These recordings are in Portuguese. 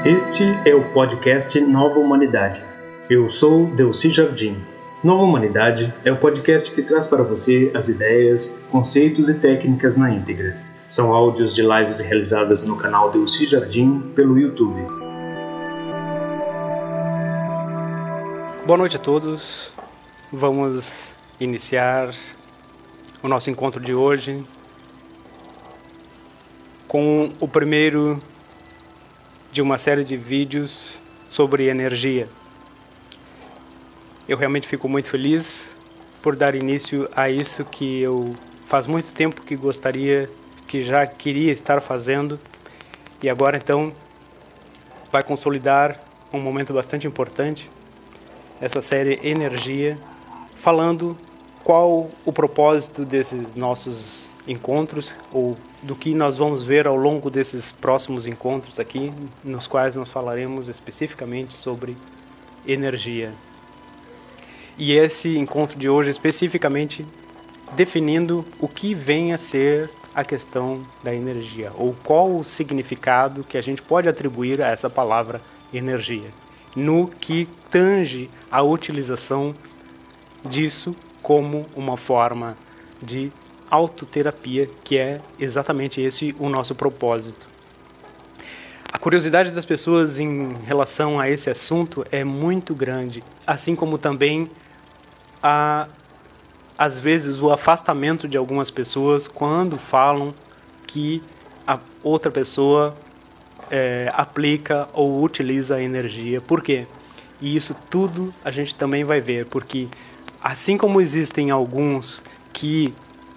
Este é o podcast Nova Humanidade. Eu sou Delcy Jardim. Nova Humanidade é o podcast que traz para você as ideias, conceitos e técnicas na íntegra. São áudios de lives realizadas no canal Delcy Jardim pelo YouTube. Boa noite a todos. Vamos iniciar o nosso encontro de hoje com o primeiro de uma série de vídeos sobre energia. Eu realmente fico muito feliz por dar início a isso que eu faz muito tempo que gostaria, que já queria estar fazendo, e agora então vai consolidar um momento bastante importante, essa série Energia, falando qual o propósito desses nossos encontros, ou do que nós vamos ver ao longo desses próximos encontros aqui, nos quais nós falaremos especificamente sobre energia. E esse encontro de hoje especificamente definindo o que vem a ser a questão da energia, ou qual o significado que a gente pode atribuir a essa palavra energia, no que tange a utilização disso como uma forma de autoterapia, que é exatamente esse o nosso propósito. A curiosidade das pessoas em relação a esse assunto é muito grande, assim como também às vezes o afastamento de algumas pessoas quando falam que a outra pessoa aplica ou utiliza a energia. Por quê? E isso tudo a gente também vai ver, porque assim como existem alguns que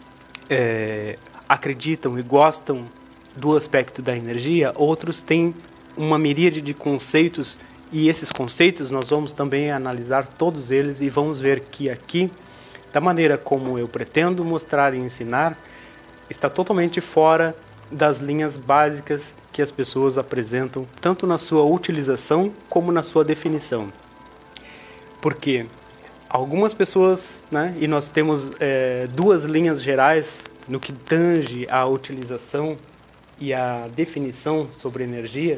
acreditam e gostam do aspecto da energia, outros têm uma miríade de conceitos, e esses conceitos nós vamos também analisar todos eles e vamos ver que aqui, da maneira como eu pretendo mostrar e ensinar, está totalmente fora das linhas básicas que as pessoas apresentam, tanto na sua utilização como na sua definição. Porque algumas pessoas, e nós temos duas linhas gerais no que tange a utilização e a definição sobre energia.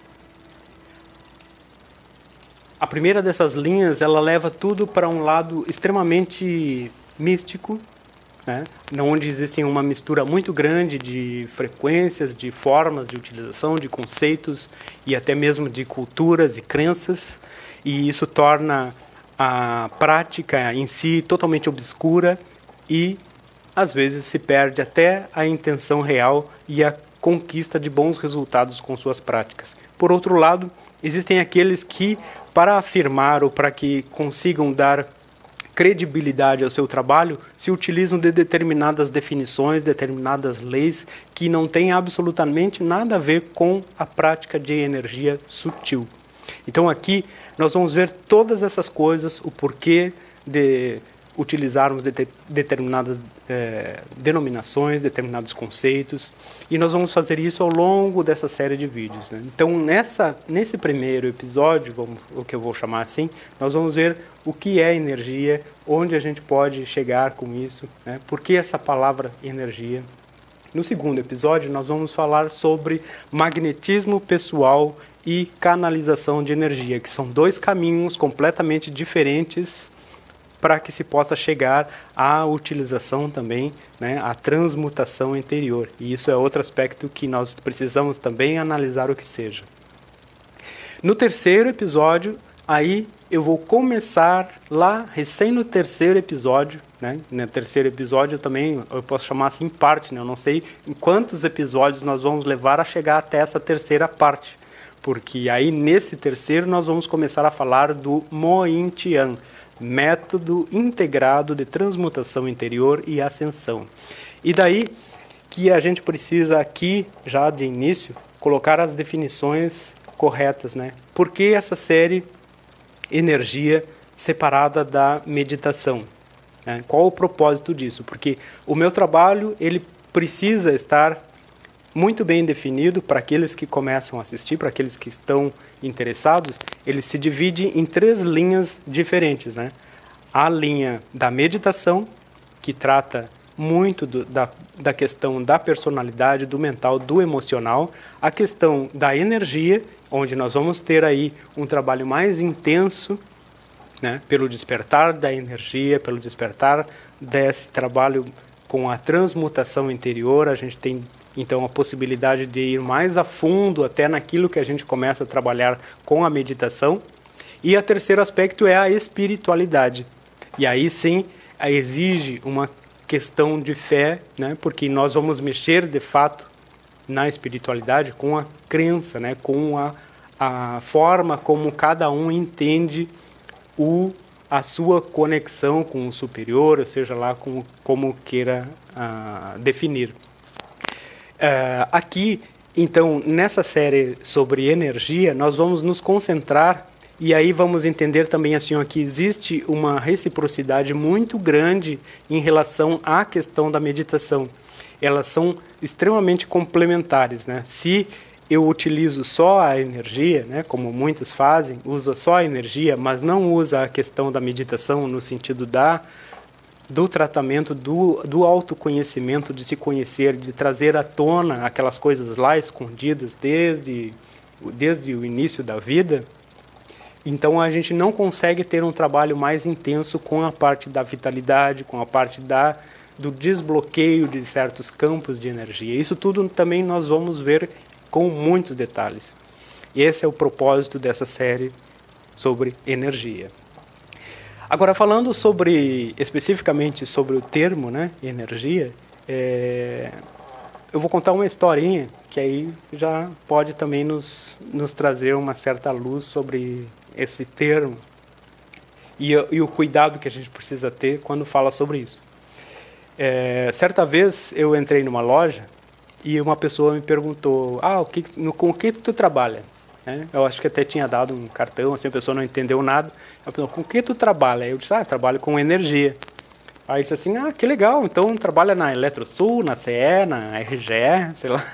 A primeira dessas linhas, ela leva tudo para um lado extremamente místico, onde existem uma mistura muito grande de frequências, de formas de utilização, de conceitos e até mesmo de culturas e crenças, e isso torna a prática em si totalmente obscura e às vezes se perde até a intenção real e a conquista de bons resultados com suas práticas. Por outro lado, existem aqueles que, para afirmar ou para que consigam dar credibilidade ao seu trabalho, se utilizam de determinadas definições, determinadas leis que não têm absolutamente nada a ver com a prática de energia sutil. Então aqui nós vamos ver todas essas coisas, o porquê de utilizarmos determinadas denominações, determinados conceitos, e nós vamos fazer isso ao longo dessa série de vídeos. Então nesse primeiro episódio, o que eu vou chamar assim, nós vamos ver o que é energia, onde a gente pode chegar com isso, por que essa palavra energia. No segundo episódio nós vamos falar sobre magnetismo pessoal e canalização de energia, que são dois caminhos completamente diferentes para que se possa chegar à utilização também, à transmutação interior. E isso é outro aspecto que nós precisamos também analisar o que seja. No terceiro episódio, aí eu vou começar lá, recém no terceiro episódio, No terceiro episódio eu posso chamar assim parte, Eu não sei em quantos episódios nós vamos levar a chegar até essa terceira parte, porque aí nesse terceiro nós vamos começar a falar do Moyin-Tian, método integrado de transmutação interior e ascensão. E daí que a gente precisa aqui, já de início, colocar as definições corretas, Por que essa série energia separada da meditação? Qual o propósito disso? Porque o meu trabalho, ele precisa estar muito bem definido para aqueles que começam a assistir, para aqueles que estão interessados. Ele se divide em três linhas diferentes. A linha da meditação, que trata muito da questão da personalidade, do mental, do emocional, a questão da energia, onde nós vamos ter aí um trabalho mais intenso, né, pelo despertar da energia, pelo despertar desse trabalho com a transmutação interior. A gente tem então a possibilidade de ir mais a fundo até naquilo que a gente começa a trabalhar com a meditação. E o terceiro aspecto é a espiritualidade. E aí sim exige uma questão de fé, né, porque nós vamos mexer de fato na espiritualidade com a crença, né, com a forma como cada um entende a sua conexão com o superior, ou seja lá como queira definir. Aqui, então, nessa série sobre energia, nós vamos nos concentrar e aí vamos entender também assim, ó, que existe uma reciprocidade muito grande em relação à questão da meditação. Elas são extremamente complementares, né? Se eu utilizo só a energia, né, como muitos fazem, usa só a energia, mas não usa a questão da meditação no sentido do tratamento, do autoconhecimento, de se conhecer, de trazer à tona aquelas coisas lá escondidas desde o início da vida, então a gente não consegue ter um trabalho mais intenso com a parte da vitalidade, com a parte do desbloqueio de certos campos de energia. Isso tudo também nós vamos ver com muitos detalhes. E esse é o propósito dessa série sobre energia. Agora, falando especificamente sobre o termo, né, energia, eu vou contar uma historinha que aí já pode também nos trazer uma certa luz sobre esse termo e o cuidado que a gente precisa ter quando fala sobre isso. Certa vez eu entrei numa loja e uma pessoa me perguntou, com o que tu trabalha? Eu acho que até tinha dado um cartão, assim, a pessoa não entendeu nada. Ela perguntou, com o que tu trabalha? Eu disse, trabalho com energia. Aí disse assim, que legal, então trabalha na Eletrosul, na CE, na RGE, sei lá.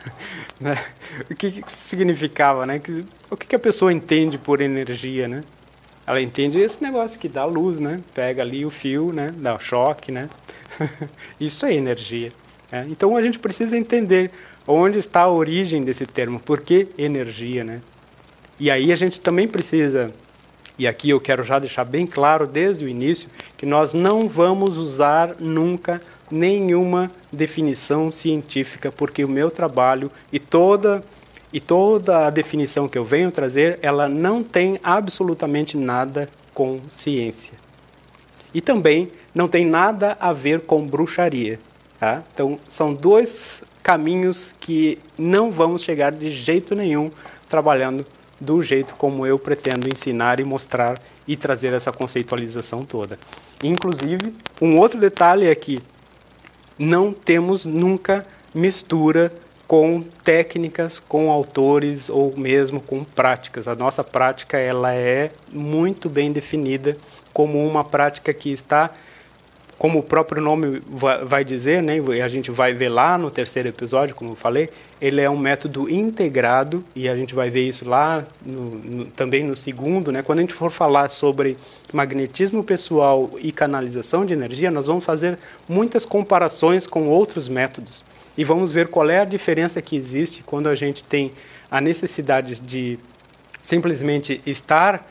O que isso significava, né? O que a pessoa entende por energia, né? Ela entende esse negócio que dá luz, né? Pega ali o fio, né? Dá choque, né? Isso é energia. Então a gente precisa entender onde está a origem desse termo, por que energia, né? E aí a gente também precisa, e aqui eu quero já deixar bem claro desde o início, que nós não vamos usar nunca nenhuma definição científica, porque o meu trabalho e toda a definição que eu venho trazer, ela não tem absolutamente nada com ciência. E também não tem nada a ver com bruxaria. Tá? Então, são dois caminhos que não vamos chegar de jeito nenhum trabalhando do jeito como eu pretendo ensinar e mostrar e trazer essa conceitualização toda. Inclusive, um outro detalhe é que não temos nunca mistura com técnicas, com autores ou mesmo com práticas. A nossa prática ela é muito bem definida como uma prática que está, como o próprio nome vai dizer, né, a gente vai ver lá no terceiro episódio, como eu falei, ele é um método integrado, e a gente vai ver isso lá também no segundo, né, quando a gente for falar sobre magnetismo pessoal e canalização de energia, nós vamos fazer muitas comparações com outros métodos, e vamos ver qual é a diferença que existe quando a gente tem a necessidade de simplesmente estar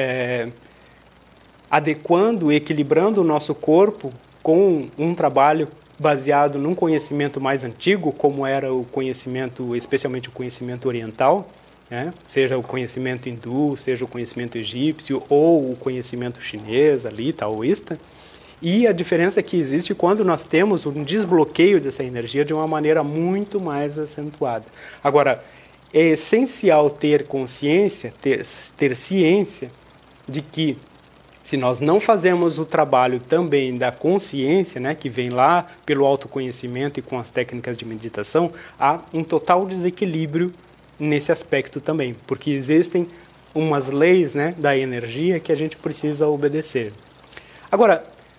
adequando, equilibrando o nosso corpo com um trabalho baseado num conhecimento mais antigo, como era o conhecimento, especialmente o conhecimento oriental, né? Seja o conhecimento hindu, seja o conhecimento egípcio ou o conhecimento chinês, ali, taoísta. E a diferença que existe quando nós temos um desbloqueio dessa energia de uma maneira muito mais acentuada. Agora, é essencial ter consciência, ter ciência de que se nós não fazemos o trabalho também da consciência, né, que vem lá pelo autoconhecimento e com as técnicas de meditação, há um total desequilíbrio nesse aspecto também, porque existem umas leis, né, da energia que a gente precisa obedecer. Agora,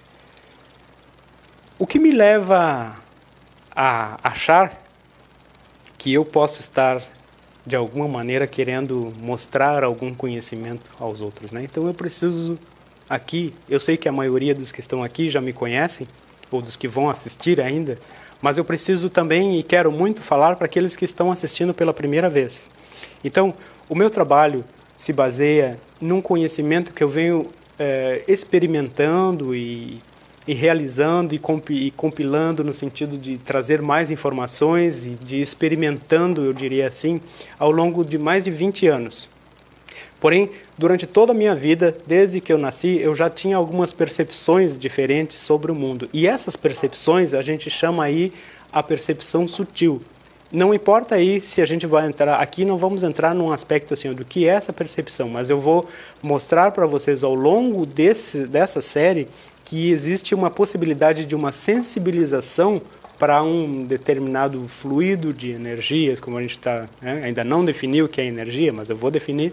o que me leva a achar que eu posso estar, de alguma maneira, querendo mostrar algum conhecimento aos outros, né? Então eu preciso... Aqui, eu sei que a maioria dos que estão aqui já me conhecem, ou dos que vão assistir ainda, mas eu preciso também e quero muito falar para aqueles que estão assistindo pela primeira vez. Então, o meu trabalho se baseia num conhecimento que eu venho experimentando e realizando e compilando no sentido de trazer mais informações e de experimentando, eu diria assim, ao longo de mais de 20 anos. Porém, durante toda a minha vida, desde que eu nasci, eu já tinha algumas percepções diferentes sobre o mundo. E essas percepções a gente chama aí a percepção sutil. Não importa aí se a gente vai entrar, aqui não vamos entrar num aspecto assim do que é essa percepção, mas eu vou mostrar para vocês ao longo dessa série que existe uma possibilidade de uma sensibilização para um determinado fluido de energias, como a gente ainda não definiu o que é energia, mas eu vou definir.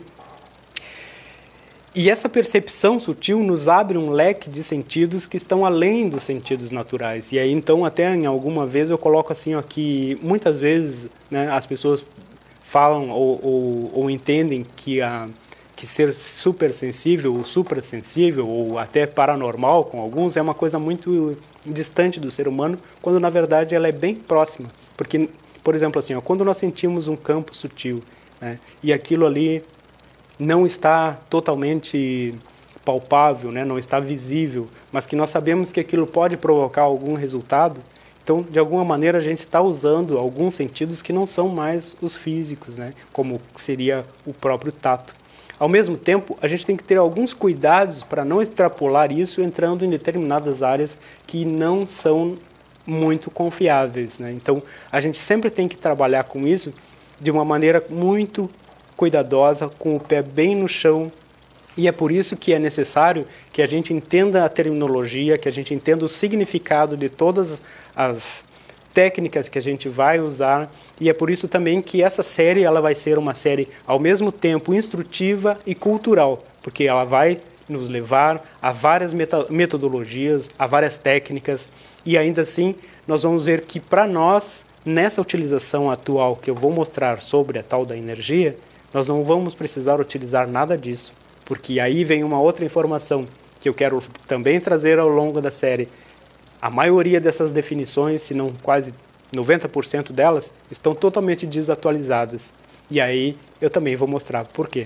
E essa percepção sutil nos abre um leque de sentidos que estão além dos sentidos naturais. E aí, então, até em alguma vez eu coloco assim, ó, que muitas vezes, né, as pessoas falam ou entendem que ser supersensível ou suprassensível ou até paranormal com alguns é uma coisa muito distante do ser humano, quando na verdade ela é bem próxima. Porque, por exemplo, assim, ó, quando nós sentimos um campo sutil, né, e aquilo ali não está totalmente palpável, né, não está visível, mas que nós sabemos que aquilo pode provocar algum resultado, então, de alguma maneira, a gente está usando alguns sentidos que não são mais os físicos, né, como seria o próprio tato. Ao mesmo tempo, a gente tem que ter alguns cuidados para não extrapolar isso entrando em determinadas áreas que não são muito confiáveis, né? Então, a gente sempre tem que trabalhar com isso de uma maneira muito cuidadosa, com o pé bem no chão, e é por isso que é necessário que a gente entenda a terminologia, que a gente entenda o significado de todas as técnicas que a gente vai usar, e é por isso também que essa série ela vai ser uma série ao mesmo tempo instrutiva e cultural, porque ela vai nos levar a várias metodologias, a várias técnicas, e ainda assim nós vamos ver que para nós, nessa utilização atual que eu vou mostrar sobre a tal da energia, nós não vamos precisar utilizar nada disso, porque aí vem uma outra informação que eu quero também trazer ao longo da série. A maioria dessas definições, se não quase 90% delas, estão totalmente desatualizadas. E aí eu também vou mostrar por quê.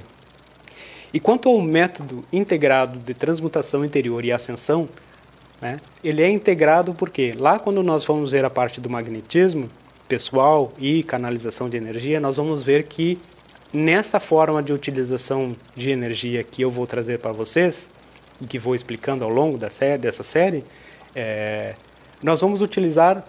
E quanto ao método integrado de transmutação interior e ascensão, né, ele é integrado porque lá quando nós vamos ver a parte do magnetismo pessoal e canalização de energia, nós vamos ver que nessa forma de utilização de energia que eu vou trazer para vocês, e que vou explicando ao longo dessa série, nós vamos utilizar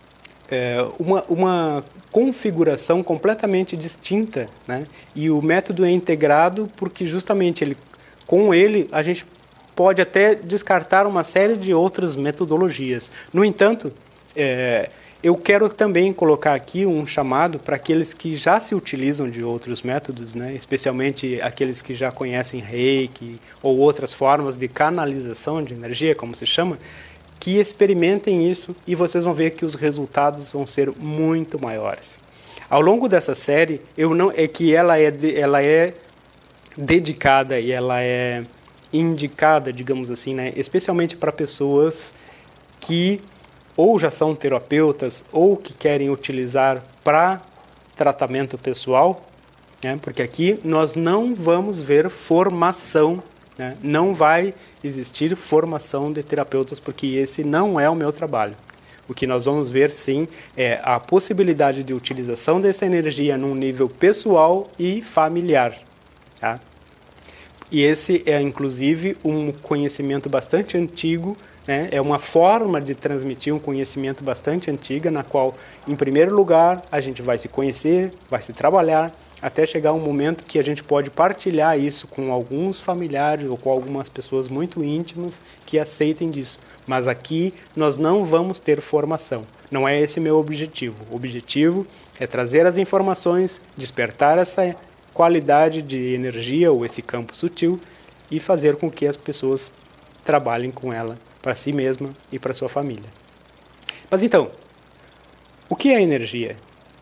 uma configuração completamente distinta, né? E o método é integrado porque justamente com ele a gente pode até descartar uma série de outras metodologias. No entanto, eu quero também colocar aqui um chamado para aqueles que já se utilizam de outros métodos, né? Especialmente aqueles que já conhecem Reiki ou outras formas de canalização de energia, como se chama, que experimentem isso e vocês vão ver que os resultados vão ser muito maiores. Ao longo dessa série, ela é dedicada e ela é indicada, digamos assim, né? Especialmente para pessoas que ou já são terapeutas ou que querem utilizar para tratamento pessoal, né? Porque aqui nós não vamos ver formação, né? Não vai existir formação de terapeutas, porque esse não é o meu trabalho. O que nós vamos ver, sim, é a possibilidade de utilização dessa energia num nível pessoal e familiar, tá? E esse é, inclusive, um conhecimento bastante antigo, né? É uma forma de transmitir um conhecimento bastante antiga, na qual, em primeiro lugar, a gente vai se conhecer, vai se trabalhar, até chegar um momento que a gente pode partilhar isso com alguns familiares ou com algumas pessoas muito íntimas que aceitem disso. Mas aqui nós não vamos ter formação. Não é esse meu objetivo. O objetivo é trazer as informações, despertar essa qualidade de energia ou esse campo sutil e fazer com que as pessoas trabalhem com ela para si mesma e para sua família. Mas então, o que é energia?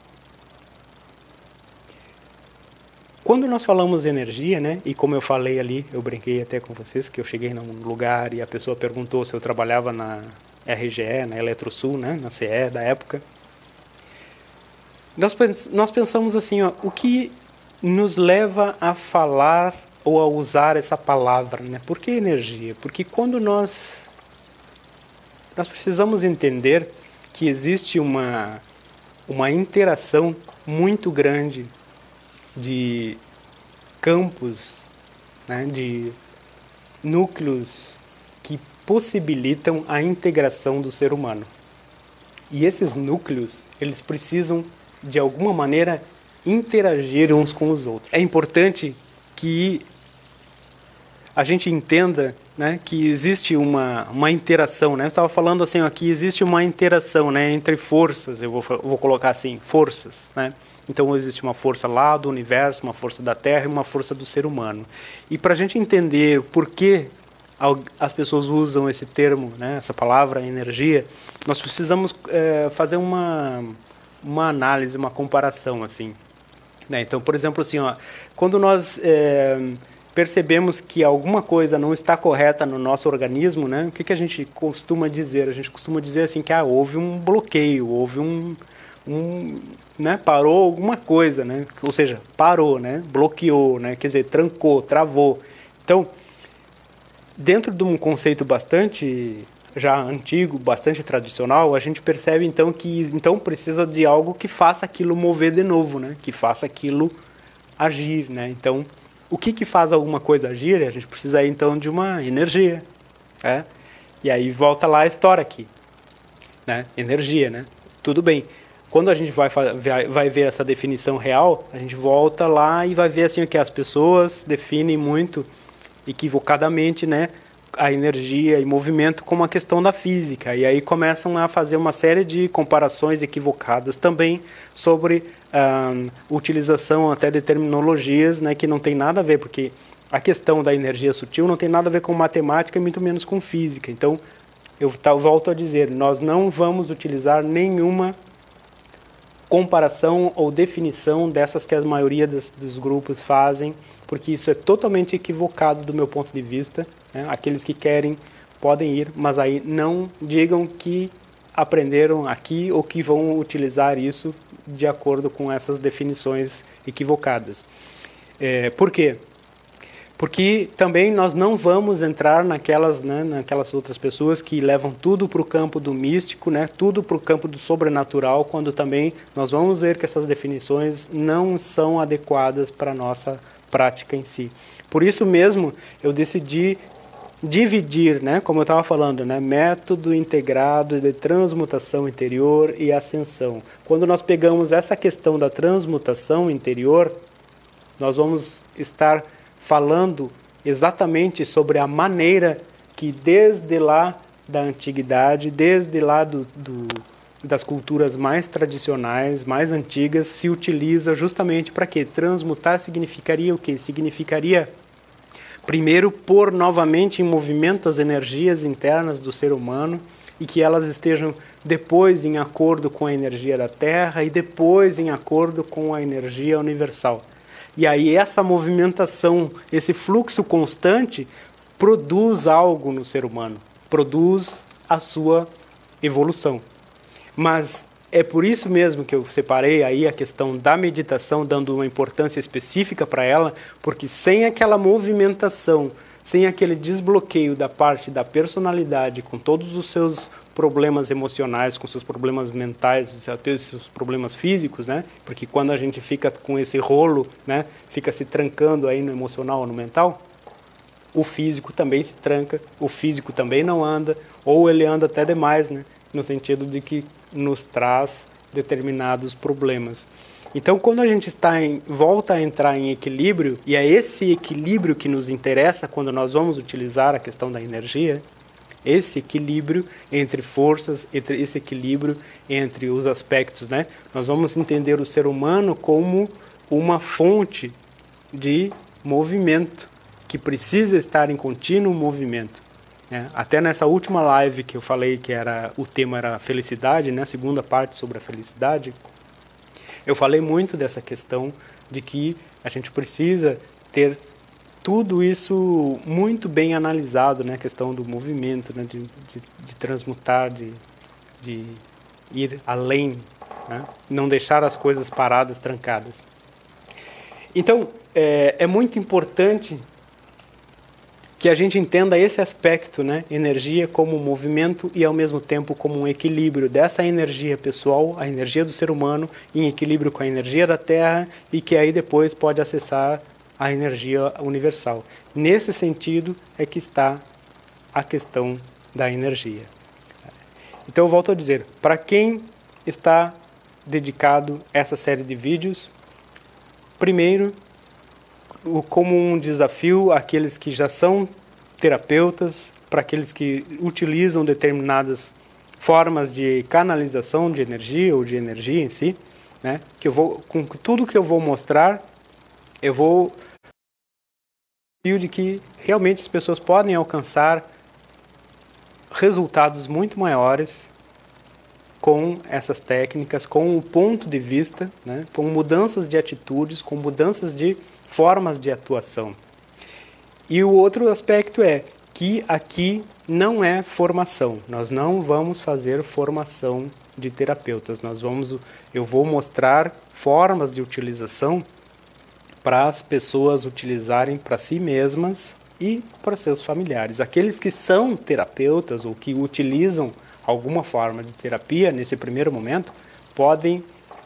Quando nós falamos energia, né, e como eu falei ali, eu brinquei até com vocês que eu cheguei num lugar e a pessoa perguntou se eu trabalhava RGE, na Eletrosul, né, na CE da época. Nós pensamos assim, ó, o que nos leva a falar ou a usar essa palavra, né? Por que energia? Porque quando nós precisamos entender que existe uma interação muito grande de campos, né, de núcleos que possibilitam a integração do ser humano. E esses núcleos, eles precisam, de alguma maneira, interagir uns com os outros. É importante que a gente entenda, né, que existe uma interação, né? Eu estava falando assim, aqui existe uma interação, né, entre forças, eu vou colocar assim, forças, né? Então existe uma força lá do universo, uma força da Terra e uma força do ser humano. E para a gente entender por que as pessoas usam esse termo, né, essa palavra energia, nós precisamos fazer uma análise, uma comparação, assim, né? Então, por exemplo, assim, ó, quando nós percebemos que alguma coisa não está correta no nosso organismo, né, o que a gente costuma dizer? A gente costuma dizer assim que houve um bloqueio, houve né, parou alguma coisa, né? Ou seja, parou, né, bloqueou, né, quer dizer, trancou, travou. Então, dentro de um conceito bastante já antigo, bastante tradicional, a gente percebe então que então precisa de algo que faça aquilo mover de novo, né? Que faça aquilo agir, né? Então, o que faz alguma coisa agir? A gente precisa então de uma energia, né? E aí volta lá a história aqui, né? Energia, né? Tudo bem. Quando a gente vai ver essa definição real, a gente volta lá e vai ver assim que as pessoas definem muito equivocadamente, né, a energia e movimento como a questão da física. E aí começam a fazer uma série de comparações equivocadas também sobre utilização até de terminologias, né, que não tem nada a ver, porque a questão da energia sutil não tem nada a ver com matemática e muito menos com física. Então, eu volto a dizer, nós não vamos utilizar nenhuma comparação ou definição dessas que a maioria dos grupos fazem, porque isso é totalmente equivocado do meu ponto de vista, né? Aqueles que querem podem ir, mas aí não digam que aprenderam aqui ou que vão utilizar isso de acordo com essas definições equivocadas. Por quê? Porque também nós não vamos entrar naquelas outras pessoas que levam tudo para o campo do místico, né? Tudo para o campo do sobrenatural, quando também nós vamos ver que essas definições não são adequadas para a nossa prática em si. Por isso mesmo eu decidi dividir, né, como eu estava falando, né, método integrado de transmutação interior e ascensão. Quando nós pegamos essa questão da transmutação interior, nós vamos estar falando exatamente sobre a maneira que desde lá da antiguidade, desde lá das culturas mais tradicionais, mais antigas, se utiliza justamente para quê? Transmutar significaria o quê? Significaria, primeiro, pôr novamente em movimento as energias internas do ser humano e que elas estejam depois em acordo com a energia da Terra e depois em acordo com a energia universal. E aí essa movimentação, esse fluxo constante, produz algo no ser humano, produz a sua evolução. Mas é por isso mesmo que eu separei aí a questão da meditação, dando uma importância específica para ela, porque sem aquela movimentação, sem aquele desbloqueio da parte da personalidade, com todos os seus problemas emocionais, com seus problemas mentais, até os seus problemas físicos, né? Porque quando a gente fica com esse rolo, né, fica se trancando aí no emocional ou no mental, o físico também se tranca, o físico também não anda, ou ele anda até demais, né? No sentido de que nos traz determinados problemas. Então, quando a gente volta a entrar em equilíbrio, e é esse equilíbrio que nos interessa quando nós vamos utilizar a questão da energia, esse equilíbrio entre forças, esse equilíbrio entre os aspectos, né? Nós vamos entender o ser humano como uma fonte de movimento, que precisa estar em contínuo movimento. Até nessa última live que eu falei que o tema era felicidade, né? A segunda parte sobre a felicidade, eu falei muito dessa questão de que a gente precisa ter tudo isso muito bem analisado, né? A questão do movimento, né? De transmutar, de ir além, né? Não deixar as coisas paradas, trancadas. Então, é muito importante que a gente entenda esse aspecto, né? Energia como movimento e, ao mesmo tempo, como um equilíbrio dessa energia pessoal, a energia do ser humano, em equilíbrio com a energia da Terra e que aí depois pode acessar a energia universal. Nesse sentido é que está a questão da energia. Então, eu volto a dizer, para quem está dedicado essa série de vídeos, primeiro, como um desafio àqueles que já são terapeutas, para aqueles que utilizam determinadas formas de canalização de energia ou de energia em si, né? Que eu vou, com tudo que eu vou mostrar, eu vou de que realmente as pessoas podem alcançar resultados muito maiores com essas técnicas, com um ponto de vista, né? Com mudanças de atitudes, com mudanças de formas de atuação. E o outro aspecto é que aqui não é formação. Nós não vamos fazer formação de terapeutas. Eu vou mostrar formas de utilização para as pessoas utilizarem para si mesmas e para seus familiares. Aqueles que são terapeutas ou que utilizam alguma forma de terapia nesse primeiro momento podem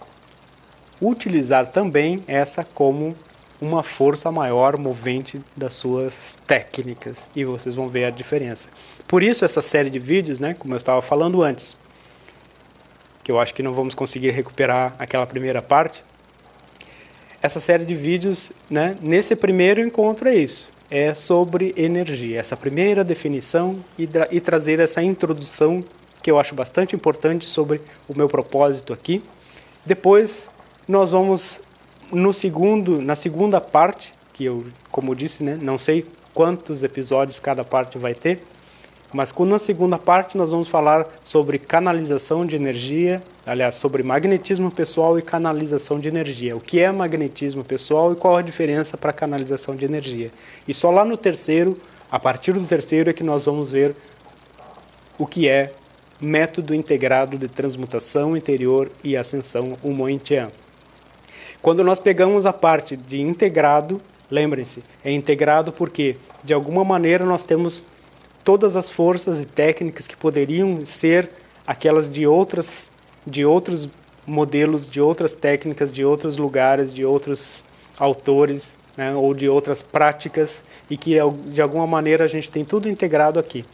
utilizar também essa como uma força maior movente das suas técnicas e vocês vão ver a diferença. Por isso essa série de vídeos, né, como eu estava falando antes, que eu acho que não vamos conseguir recuperar aquela primeira parte, essa série de vídeos, né, nesse primeiro encontro é isso, é sobre energia, essa primeira definição e trazer essa introdução que eu acho bastante importante sobre o meu propósito aqui. Depois nós vamos na segunda parte, que eu, como disse, né, não sei quantos episódios cada parte vai ter, mas na segunda parte nós vamos falar sobre canalização de energia, aliás, sobre magnetismo pessoal e canalização de energia. O que é magnetismo pessoal e qual a diferença para canalização de energia. E só lá no terceiro, a partir do terceiro, é que nós vamos ver o que é método integrado de transmutação interior e ascensão, o Mointian. Quando nós pegamos a parte de integrado, lembrem-se, é integrado porque, de alguma maneira, nós temos todas as forças e técnicas que poderiam ser aquelas de outros modelos, de outras técnicas, de outros lugares, de outros autores, né, ou de outras práticas, e que, de alguma maneira, a gente tem tudo integrado aqui.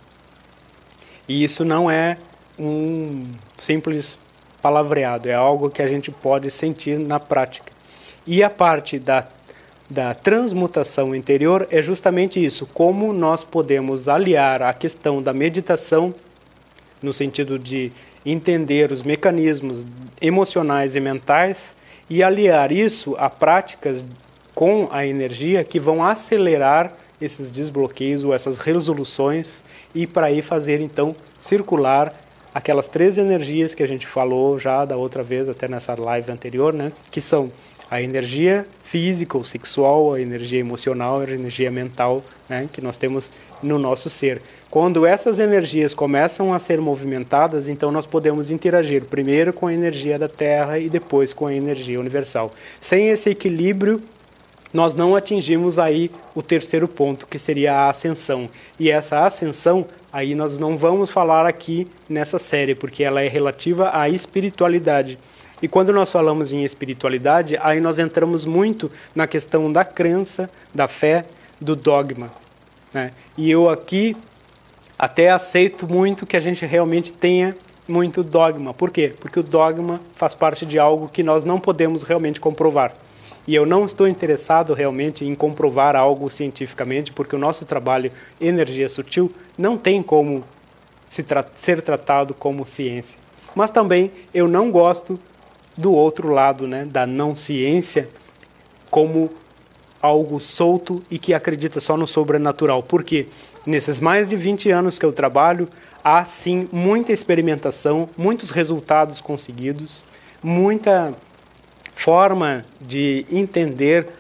E isso não é um simples palavreado, é algo que a gente pode sentir na prática. E a parte da transmutação interior é justamente isso, como nós podemos aliar a questão da meditação, no sentido de entender os mecanismos emocionais e mentais, e aliar isso a práticas com a energia que vão acelerar esses desbloqueios ou essas resoluções e para aí fazer então circular aquelas 3 energias que a gente falou já da outra vez, até nessa live anterior, né? Que são a energia física ou sexual, a energia emocional, a energia mental, né? Que nós temos no nosso ser. Quando essas energias começam a ser movimentadas, então nós podemos interagir primeiro com a energia da Terra e depois com a energia universal. Sem esse equilíbrio, nós não atingimos aí o terceiro ponto, que seria a ascensão. E essa ascensão, aí nós não vamos falar aqui nessa série, porque ela é relativa à espiritualidade. E quando nós falamos em espiritualidade, aí nós entramos muito na questão da crença, da fé, do dogma, né? E eu aqui até aceito muito que a gente realmente tenha muito dogma. Por quê? Porque o dogma faz parte de algo que nós não podemos realmente comprovar. E eu não estou interessado realmente em comprovar algo cientificamente, porque o nosso trabalho energia sutil não tem como ser tratado como ciência. Mas também eu não gosto do outro lado, né, da não ciência, como algo solto e que acredita só no sobrenatural. Porque nesses mais de 20 anos que eu trabalho, há sim muita experimentação, muitos resultados conseguidos, muita forma de entender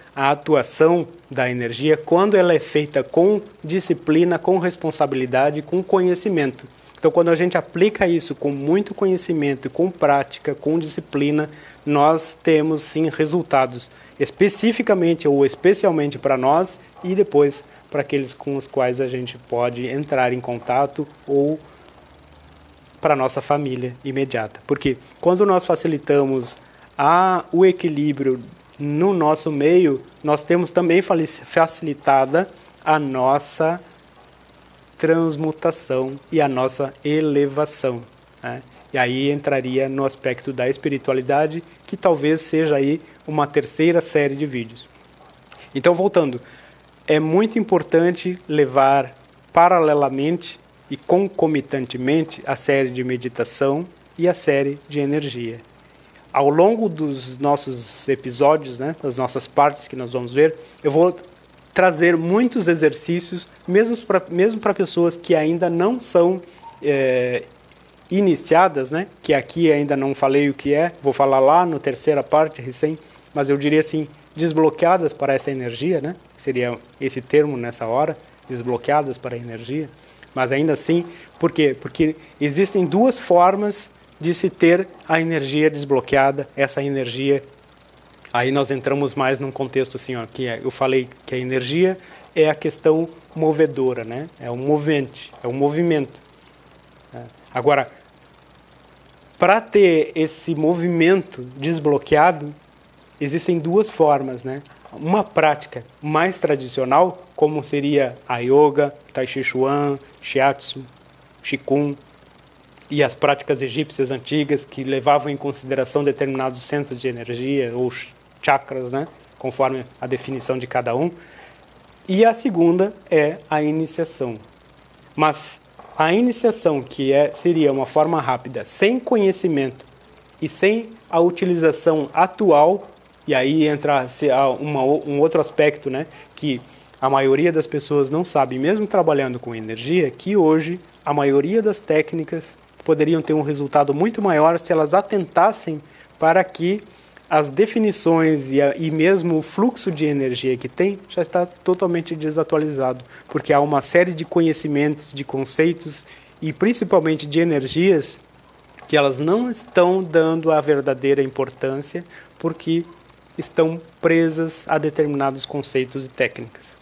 a atuação da energia quando ela é feita com disciplina, com responsabilidade, com conhecimento. Então, quando a gente aplica isso com muito conhecimento, com prática, com disciplina, nós temos sim resultados especificamente ou especialmente para nós e depois para aqueles com os quais a gente pode entrar em contato ou para a nossa família imediata. Porque quando nós facilitamos o equilíbrio no nosso meio, nós temos também facilitada a nossa transmutação e a nossa elevação, né? E aí entraria no aspecto da espiritualidade, que talvez seja aí uma terceira série de vídeos. Então, voltando, é muito importante levar paralelamente e concomitantemente a série de meditação e a série de energia. Ao longo dos nossos episódios, né, das nossas partes que nós vamos ver, eu vou trazer muitos exercícios, mesmo para pessoas que ainda não são iniciadas, né, que aqui ainda não falei o que é, vou falar lá na terceira parte, recém, mas eu diria assim, desbloqueadas para essa energia, né, seria esse termo nessa hora, desbloqueadas para a energia, mas ainda assim, por quê? Porque existem duas formas de se ter a energia desbloqueada, essa energia. Aí nós entramos mais num contexto assim, ó, eu falei que a energia é a questão movedora, né? É o movente, é o movimento. Agora, para ter esse movimento desbloqueado, existem duas formas, né? Uma prática mais tradicional, como seria a yoga, tai chi chuan, shiatsu, qigong, e as práticas egípcias antigas que levavam em consideração determinados centros de energia ou chakras, né, conforme a definição de cada um. E a segunda é a iniciação. Mas a iniciação, que seria uma forma rápida, sem conhecimento e sem a utilização atual, e aí entra um outro aspecto, né, que a maioria das pessoas não sabe, mesmo trabalhando com energia, que hoje a maioria das técnicas poderiam ter um resultado muito maior se elas atentassem para que as definições e mesmo o fluxo de energia que tem já está totalmente desatualizado, porque há uma série de conhecimentos, de conceitos e principalmente de energias que elas não estão dando a verdadeira importância porque estão presas a determinados conceitos e técnicas.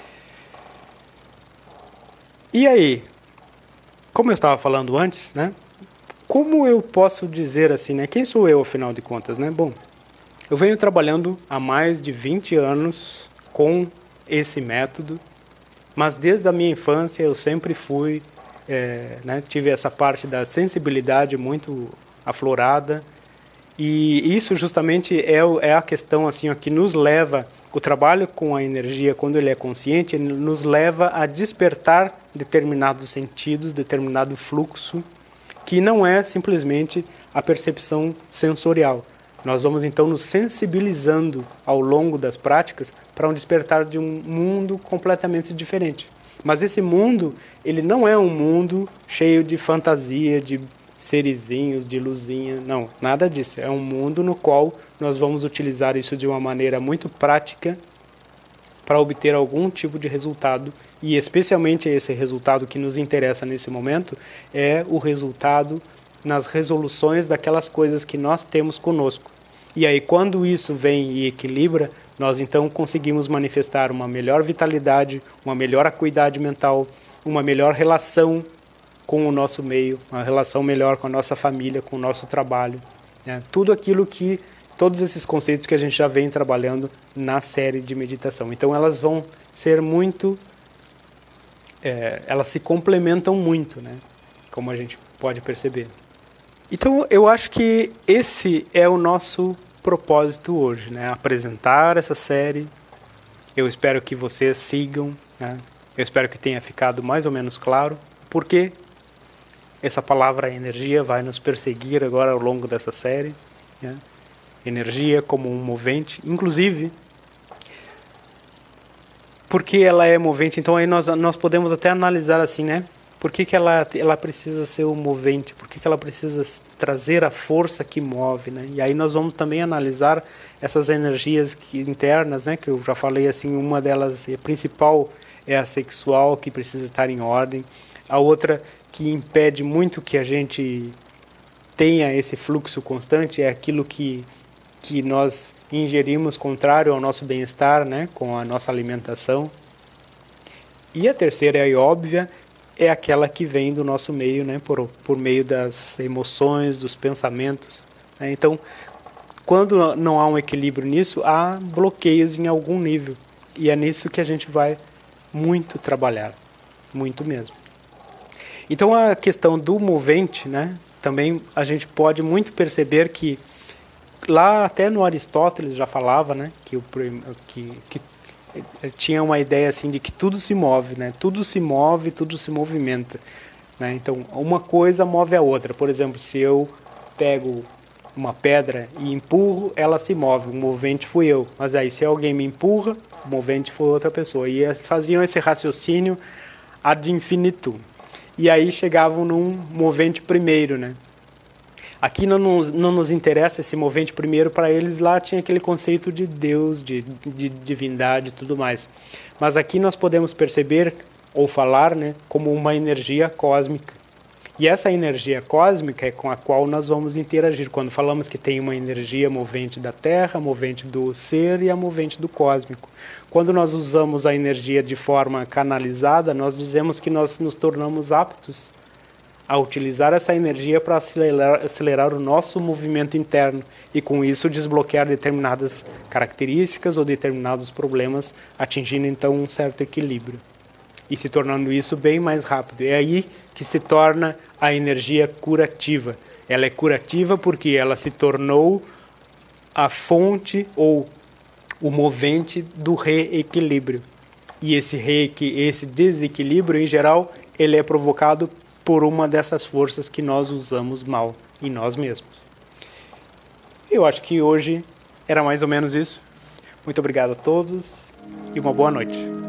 E aí, como eu estava falando antes, né? Como eu posso dizer assim, né? Quem sou eu, afinal de contas, né? Bom, eu venho trabalhando há mais de 20 anos com esse método, mas desde a minha infância eu sempre fui, né? Tive essa parte da sensibilidade muito aflorada, e isso justamente é a questão assim, ó, que nos leva, o trabalho com a energia, quando ele é consciente, ele nos leva a despertar determinados sentidos, determinado fluxo, que não é simplesmente a percepção sensorial. Nós vamos então nos sensibilizando ao longo das práticas para um despertar de um mundo completamente diferente. Mas esse mundo, ele não é um mundo cheio de fantasia, de serizinhos, de luzinha, não, nada disso. É um mundo no qual nós vamos utilizar isso de uma maneira muito prática para obter algum tipo de resultado, e especialmente esse resultado que nos interessa nesse momento é o resultado nas resoluções daquelas coisas que nós temos conosco. E aí, quando isso vem e equilibra, nós então conseguimos manifestar uma melhor vitalidade, uma melhor acuidade mental, uma melhor relação com o nosso meio, uma relação melhor com a nossa família, com o nosso trabalho, né? Tudo aquilo que, todos esses conceitos que a gente já vem trabalhando na série de meditação. Então, elas vão ser muito, elas se complementam muito, né? Como a gente pode perceber. Então, eu acho que esse é o nosso propósito hoje, né? Apresentar essa série. Eu espero que vocês sigam, né? Eu espero que tenha ficado mais ou menos claro porque essa palavra energia vai nos perseguir agora ao longo dessa série, né? Energia como um movente, inclusive porque ela é movente. Então aí nós podemos até analisar assim, né? Por que ela precisa ser um movente? Por que ela precisa trazer a força que move, né? E aí nós vamos também analisar essas energias internas, né? Que eu já falei assim, uma delas principal é a sexual, que precisa estar em ordem. A outra que impede muito que a gente tenha esse fluxo constante é aquilo que nós ingerimos contrário ao nosso bem-estar, né? Com a nossa alimentação. E a terceira e óbvia é aquela que vem do nosso meio, né, por meio das emoções, dos pensamentos, né? Então, quando não há um equilíbrio nisso, há bloqueios em algum nível. E é nisso que a gente vai muito trabalhar, muito mesmo. Então, a questão do movente, né, também a gente pode muito perceber que lá até no Aristóteles já falava, né, que tinha uma ideia assim de que tudo se move, né? Tudo se move, tudo se movimenta, né? Então, uma coisa move a outra. Por exemplo, se eu pego uma pedra e empurro, ela se move. O movente fui eu. Mas aí, se alguém me empurra, o movente foi outra pessoa. E eles faziam esse raciocínio ad infinitum. E aí chegavam num movente primeiro, né? Aqui não nos interessa esse movente primeiro, para eles lá tinha aquele conceito de Deus, de divindade e tudo mais. Mas aqui nós podemos perceber, ou falar, né, como uma energia cósmica. E essa energia cósmica é com a qual nós vamos interagir. Quando falamos que tem uma energia movente da Terra, movente do ser e a movente do cósmico. Quando nós usamos a energia de forma canalizada, nós dizemos que nós nos tornamos aptos a utilizar essa energia para acelerar o nosso movimento interno e com isso desbloquear determinadas características ou determinados problemas, atingindo então um certo equilíbrio e se tornando isso bem mais rápido. É aí que se torna a energia curativa. Ela é curativa porque ela se tornou a fonte ou o movente do reequilíbrio. E esse desequilíbrio, em geral, ele é provocado por uma dessas forças que nós usamos mal em nós mesmos. Eu acho que hoje era mais ou menos isso. Muito obrigado a todos e uma boa noite.